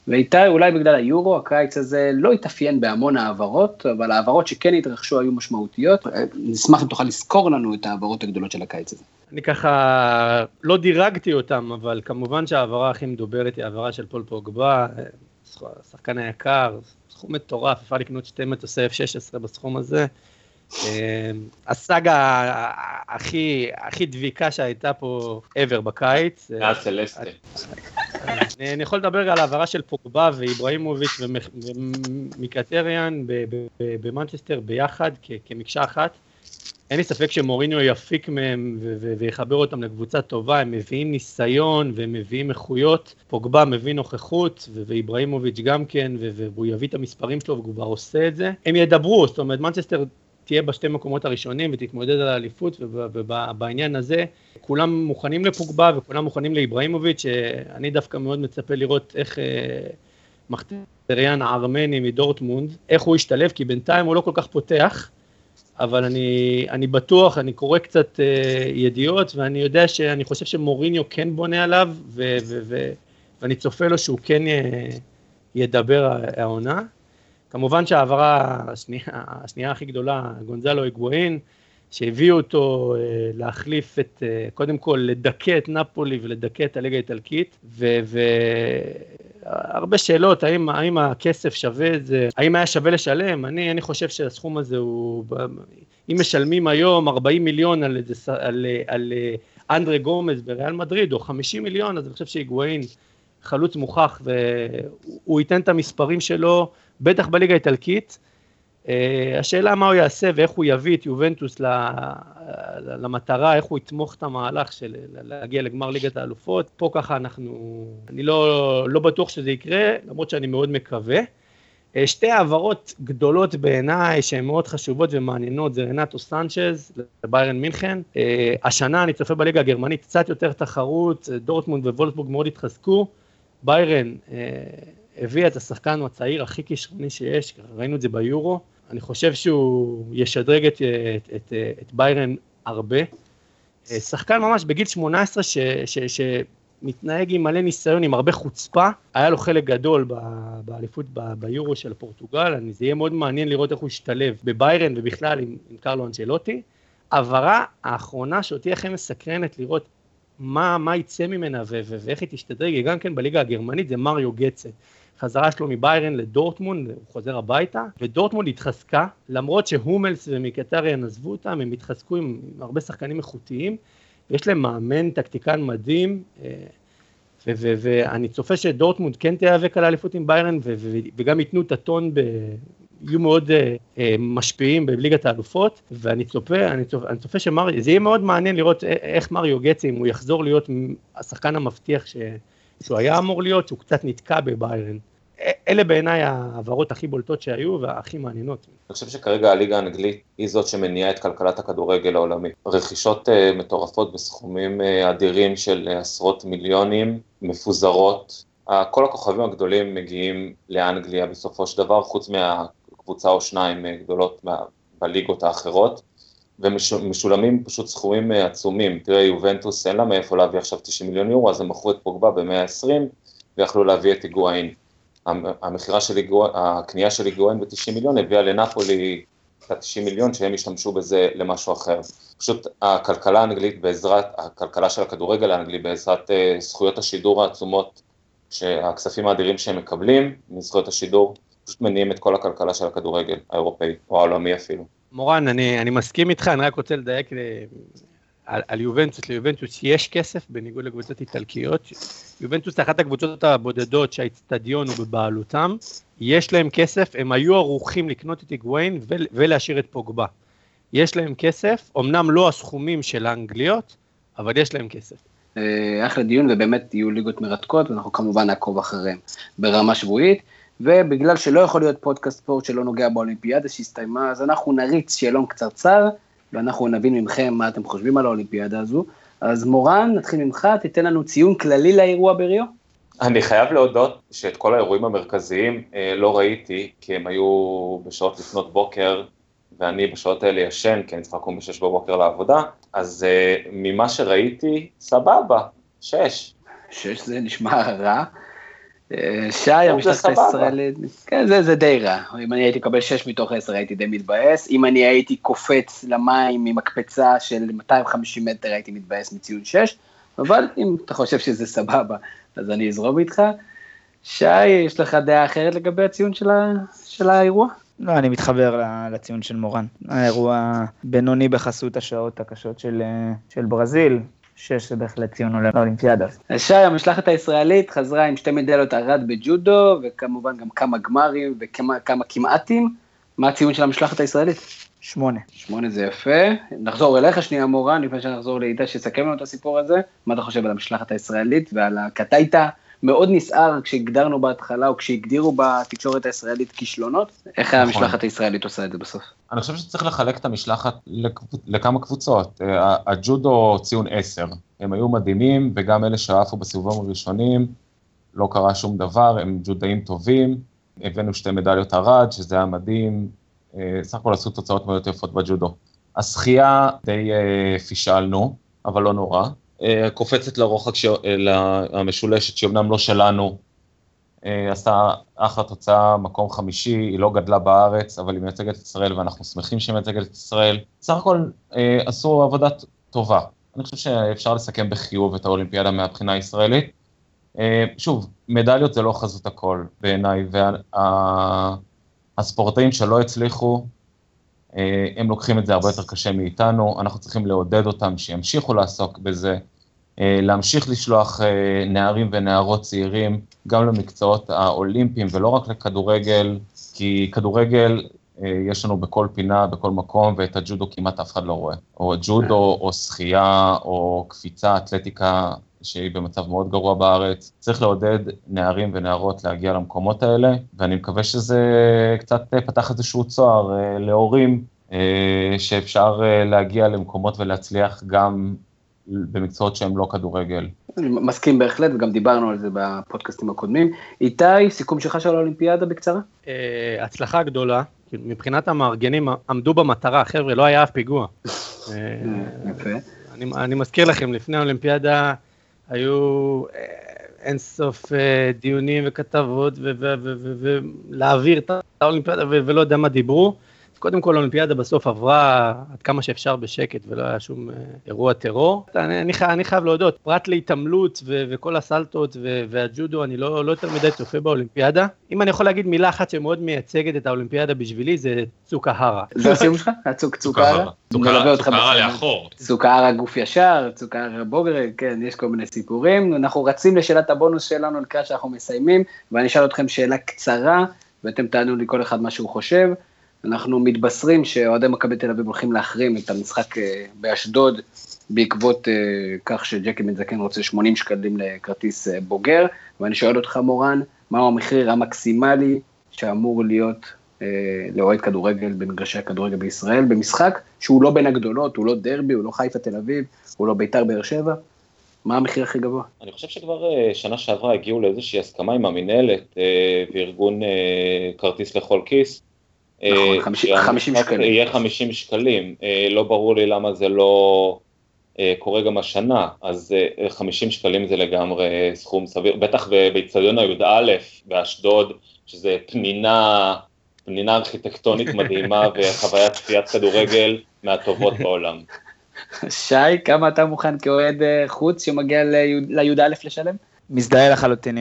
ואיתי, אולי בגלל היורו, הקיץ הזה לא התאפיין בהמון העברות, אבל העברות שכן התרחשו היו משמעותיות. נשמח אם תוכל לזכור לנו את העברות הגדולות של הקיץ הזה. אני ככה לא דירגתי אותם, אבל כמובן שהעברה הכי מדוברת היא העברה של פול פוגבה, השחקן היקר, סכום מטורף, אפשר לקנות 2 מטוסי F-16 בסכום הזה. הסאגה הכי דביקה שהייתה פה ever בקיץ. סלסטה. אני יכול לדבר על העברה של פוגבה ואיברהימוביץ' ומיקטריאן במנצ'סטר ביחד כמקשה אחת. אין לי ספק שמוריניו יפיק מהם ויחבר אותם לקבוצה טובה, הם מביאים ניסיון והם מביאים איכויות, פוגבה מביא נוכחות ואיברהימוביץ' גם כן, והוא יביא את המספרים שלו והוא כבר עושה את זה. הם ידברו, זאת אומרת מנצ'סטר תהיה בשתי מקומות הראשונים ותתמודד על האליפות, ובעניין הזה כולם מוכנים לפוגבה וכולם מוכנים לאיברהימוביץ', שאני דווקא מאוד מצפה לראות איך מחטריאן הארמני מדורטמונד, איך הוא ישתלב, כי בינתיים הוא לא כל כך פותח, אבל אני בטוח, אני קורא קצת ידיעות, ואני יודע שאני חושב שמוריניו כן בונה עליו, ואני צופה לו שהוא כן ידבר העונה. כמובן שהעברה השנייה הכי גדולה, גונזלו היגואין, שהביאו אותו להחליף את, קודם כל לדכא את נפולי ולדכא את הליגה האיטלקית, והרבה שאלות, האם הכסף שווה את זה, האם היה שווה לשלם? אני חושב שהסכום הזה הוא, אם משלמים היום 40 מיליון על אנדרי גומז בריאל מדריד, או 50 מיליון, אז אני חושב שהיגואין חלוץ מוכח, והוא ייתן את המספרים שלו, בטח בליגה האיטלקית. השאלה מה הוא יעשה ואיך הוא יביא את יובנטוס למטרה, איך הוא יתמוך את המהלך של להגיע לגמר ליגת האלופות. פה ככה אני לא בטוח שזה יקרה, למרות שאני מאוד מקווה. שתי העברות גדולות בעיניי שהן מאוד חשובות ומעניינות, זה רנטו סנצ'ז לביירן מינכן. השנה אני צופה בליגה הגרמנית קצת יותר תחרות, דורטמונד ווולפסבורג מאוד התחזקו. ביירן הביא את השחקן הצעיר הכי כישרוני שיש, ראינו את זה ביורו. אני חושב שהוא ישדרג את ביירן הרבה. שחקן ממש בגיל 18 שמתנהג עם מלא ניסיון, עם הרבה חוצפה. היה לו חלק גדול באליפות ביורו של פורטוגל. זה יהיה מאוד מעניין לראות איך הוא ישתלב בביירן ובכלל עם קרלו אנצ'לוטי. העברה האחרונה שאותי הכי מסקרנת לראות מה יצא ממנה ואיך היא תשתדרג, גם כן בליגה הגרמנית, זה מריו גצה. חזרה שלו מביירן לדורטמונד, הוא חוזר הביתה, ודורטמונד התחזקה, למרות שהומלס ומיקטריאן עזבו אותם, הם התחזקו עם הרבה שחקנים איכותיים, ויש להם מאמן טקטיקן מדהים, ואני צופה שדורטמונד כן תיאבק על האליפות עם ביירן, וגם ייתנו את הטון, יהיו מאוד משפיעים בליגת האלופות, ואני צופה זה יהיה מאוד מעניין לראות איך מריו גצה, אם הוא יחזור להיות השחקן המבטיח שהוא היה אמור להיות, שהוא קצת נתקע בביירן. אלה בעיניי העברות הכי בולטות שהיו והכי מעניינות. אני חושב שכרגע הליגה האנגלית היא זאת שמניעה את כלכלת הכדורגל העולמי. רכישות מטורפות בסכומים אדירים של עשרות מיליונים, מפוזרות. כל הכוכבים הגדולים מגיעים לאנגליה בסופו של דבר, חוץ מהקבוצה או שניים גדולות בליגות האחרות, ומשולמים פשוט סכומים עצומים. תראה, יובנטוס אין לה מאיפה להביא עכשיו 90 מיליון יורו, אז הם מכרו את פוגבה ב-120, ויכלו להביא את היגואין. הקנייה של היגואין ב-90 מיליון הביאה לנפולי את ה-90 מיליון שהם השתמשו בזה למשהו אחר. פשוט הכלכלה האנגלית הכלכלה של הכדורגל האנגלי בעזרת זכויות השידור העצומות, שהכספים האדירים שהם מקבלים מזכויות השידור, פשוט מניעים את כל הכלכלה של הכדורגל האירופאי, או העולמי אפילו. מורן, אני מסכים איתך, אני רק רוצה לדייק על יובנטוס. ליובנטוס יש כסף בניגוד לקבוצות איטלקיות. יובנטוס אחת הקבוצות הבודדות שהאצטדיון הוא בבעלותם, יש להם כסף, הם היו ערוכים לקנות את היגואין ולהשאיר את פוגבה. יש להם כסף, אמנם לא הסכומים של האנגליות, אבל יש להם כסף. אחלה דיון, ובאמת יהיו ליגות מרתקות, ואנחנו כמובן נעקוב אחריהם ברמה שבועית, ובגלל שלא יכול להיות פודקאסט ספורט שלא נוגע באולימפיאדה שהסתיימה, אז אנחנו נריץ שאלון קצרצר, ואנחנו נבין ממכם מה אתם חושבים על האולימפיאדה הזו. אז מורן, נתחיל ממך, תיתן לנו ציון כללי לאירוע בריו. אני חייב להודות שאת כל האירועים המרכזיים לא ראיתי, כי הם היו בשעות לפנות בוקר, ואני בשעות האלה ישן, כי אני צריך לקום ב-6 בבוקר לעבודה, אז ממה שראיתי, סבבה, 6. 6 זה נשמע רע. שי, המשלחת הישראלית, כן, זה די רע. אם אני הייתי קבל 6 מתוך 10, הייתי די מתבאס. אם אני הייתי קופץ למים ממקפצה של 250 מטר, הייתי מתבאס מציון 6. אבל אם אתה חושב שזה סבבה, אז אני אזרום איתך. שי, יש לך דעה אחרת לגבי הציון של האירוע? לא, אני מתחבר לציון של מורן. האירוע בינוני בחסות השעות הקשות של ברזיל. 6 זה בהחלט ציון עולה לאולימפיאדה. אז שי, המשלחת הישראלית חזרה עם 2 מדליות ארד בג'ודו, וכמובן גם כמה גמרים וכמה כמעטים. מה הציון של המשלחת הישראלית? 8. 8 זה יפה. נחזור אליך שנייה מורן, לפני שנחזור לאיתה שסכם לנו את הסיפור הזה. מה אתה חושב על המשלחת הישראלית כי אתה היית מאוד נסער כשהגדרנו בהתחלה, או כשהגדירו בתקשורת הישראלית כישלונות? איך המשלחת הישראלית עושה את זה בסוף? אני חושב שצריך לחלק את המשלחת לכמה קבוצות. הג'ודו ציון 10, הם היו מדהימים, וגם אלה שעפו בסיבובים הראשונים, לא קרה שום דבר, הם ג'ודאים טובים, הבאנו 2 מדליות ארד, שזה היה מדהים, סך הכל עשו תוצאות מאוד יפות בג'ודו. השחייה די פישלנו, אבל לא נורא. קופצת לרוחק המשולשת, שאומנם לא שלנו, עשתה אחלה תוצאה, מקום 5, היא לא גדלה בארץ, אבל היא מייצגת את ישראל, ואנחנו שמחים שהיא מייצגת את ישראל. סך הכל עשו עבודה טובה. אני חושב שאפשר לסכם בחיוב את האולימפיאדה מהבחינה הישראלית. שוב, מדליות זה לא חזות הכל בעיניי, והספורטאים שלא הצליחו, הם לוקחים את זה הרבה יותר קשה מאיתנו, אנחנו צריכים לעודד אותם שימשיכו לעסוק בזה, להמשיך לשלוח נערים ונערות צעירים, גם למקצועות האולימפיים ולא רק לכדורגל, כי כדורגל יש לנו בכל פינה, בכל מקום, ואת הג'ודו כמעט אף אחד לא רואה. או ג'ודו, או שחייה, או קפיצה, אתלטיקה, שהיא במצב מאוד גרוע בארץ. צריך לעודד נערים ונערות להגיע למקומות האלה, ואני מקווה שזה קצת פתח איזשהו צוהר להורים, שאפשר להגיע למקומות ולהצליח גם במקצועות שהם לא כדורגל. אני מסכים בהחלט, וגם דיברנו על זה בפודקאסטים הקודמים. איתי, סיכום שלך של האולימפיאדה בקצרה? הצלחה גדולה, מבחינת המארגנים עמדו במטרה, חבר'ה, לא היה אף פיגוע. יפה. אני מזכיר לכם, לפני האולימפיאדה היו אינסוף דיונים וכתבות, ולהעביר את האולימפיאדה ולא יודע מה דיברו. קודם כל, האולימפיאדה בסוף עברה עד כמה שאפשר בשקט, ולא היה שום אירוע טרור. אני חייב להודות, פרט להתעמלות וכל הסלטות והג'ודו, אני לא יותר מדי צופה באולימפיאדה. אם אני יכול להגיד מילה אחת שמאוד מייצגת את האולימפיאדה בשבילי, זה צוקהרה. זה הסיום שלך? צוקהרה? צוקהרה לאחור. צוקהרה גוף ישר, צוקהרה בוגר, כן, יש כל מיני סיפורים. אנחנו רצים לשאלת הבונוס שלנו לקראת שאנחנו מסיימים, ואני אשאל אתכם שאלה קצרה, ואתם תענו לי כל אחד מה שהוא חושב. אנחנו מתבשרים שאוהדי מכבי תל אביב הולכים להחרים את המשחק באשדוד, בעקבות כך שג'קי בן זקן רוצה 80 שקלים לכרטיס בוגר, ואני שואל אותך מורן, מהו המחיר המקסימלי שאמור להיות לאוהד כדורגל במגרשי הכדורגל בישראל, במשחק שהוא לא בין הגדולות, הוא לא דרבי, הוא לא חיפה תל אביב, הוא לא ביתר באר שבע, מה המחיר הכי גבוה? אני חושב שכבר שנה שעברה הגיעו לאיזושהי הסכמה עם המנהלת וארגון כרטיס לכל כיס, נכון, 50 שקלים. יהיה 50 שקלים, לא ברור לי למה זה לא קורה גם השנה, אז 50 שקלים זה לגמרי סכום סביר, בטח באצטדיון הי"א באשדוד, שזה פנינה ארכיטקטונית מדהימה, וחוויית צפיית כדורגל מהטובות בעולם. שי, כמה אתה מוכן כאוהד חוץ שמגיע לי"א לשלם? מזדהה לחלוטין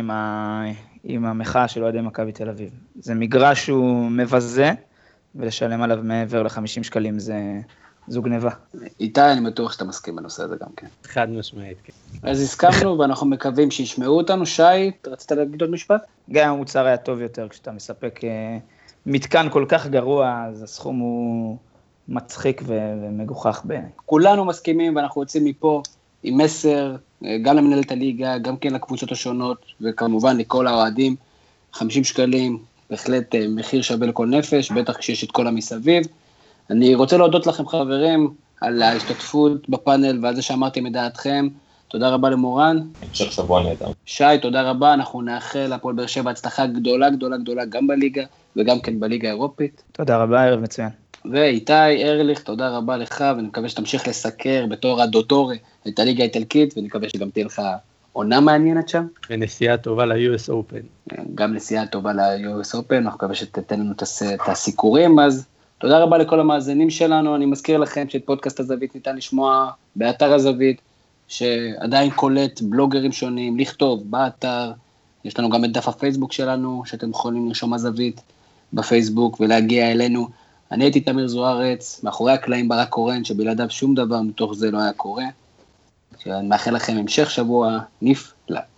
עם המחאה של אוהדי מכבי תל אביב. זה מגרש שהוא מבזה, ולשלם עליו מעבר ל-50 שקלים זו גניבה. איתי, אני בטוח שאתה מסכים בנושא הזה גם כן. חד משמעית, כן. אז הסכמנו, ואנחנו מקווים שישמעו אותנו. שי, רצית להגיד עוד משפט? גם המוצר היה טוב יותר, כשאתה מספק מתקן כל כך גרוע, אז הסכום הוא מצחיק ומגוחך בעיניי. כולנו מסכימים, ואנחנו יוצאים מפה עם מסר, גם למנהלת הליגה, גם כן לקבוצות השונות, וכמובן לכל האוהדים, 50 שקלים, בהחלט מחיר שווה לכל נפש, בטח כשיש את כל המסביב. אני רוצה להודות לכם חברים, על ההשתתפות בפאנל, ועל זה שאמרתם את דעתכם. תודה רבה למורן. המשך שבוע נהדר. שי, תודה רבה, אנחנו נאחל להפועל באר שבע הצלחה גדולה, גם בליגה, וגם כן בליגה האירופית. תודה רבה, ערב מצוין. ואיתי ארליך, תודה רבה לך, ואני מקווה שתמשיך לסקר בתור הדוטורי את הליגה האיטלקית, ואני מקווה שגם תהיה לך עונה מעניינת שם. ונסיעה טובה ל-US Open. גם נסיעה טובה ל-US Open, אנחנו מקווה שתתן לנו את הסיקורים, אז תודה רבה לכל המאזינים שלנו, אני מזכיר לכם שאת פודקאסט הזווית ניתן לשמוע באתר הזווית, שעדיין קולט בלוגרים שונים, לכתוב באתר, יש לנו גם את דף הפייסבוק שלנו, שאתם יכולים לרשום הזווית בפייסבוק ולהגיע אלינו. אני הייתי תמיר זוארץ, מאחורי הקלעים ברק קורן, שבלעדיו שום דבר מתוך זה לא היה קורה. שאני מאחל לכם המשך שבוע נפלא.